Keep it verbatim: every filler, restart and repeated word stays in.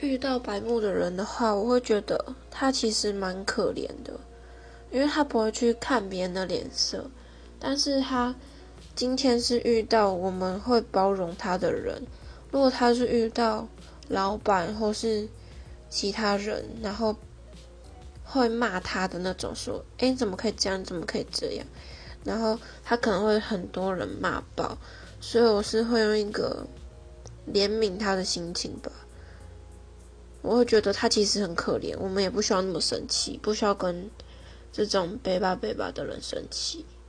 遇到白目的人的话，我会觉得他其实蛮可怜的，因为他不会去看别人的脸色，但是他今天是遇到我们会包容他的人，如果他是遇到老板或是其他人，然后会骂他的那种，说诶你怎么可以这样，你怎么可以这样，然后他可能会很多人骂爆，所以我是会用一个怜悯他的心情吧。我会觉得他其实很可怜，我们也不需要那么生气，不需要跟这种北吧北吧的人生气。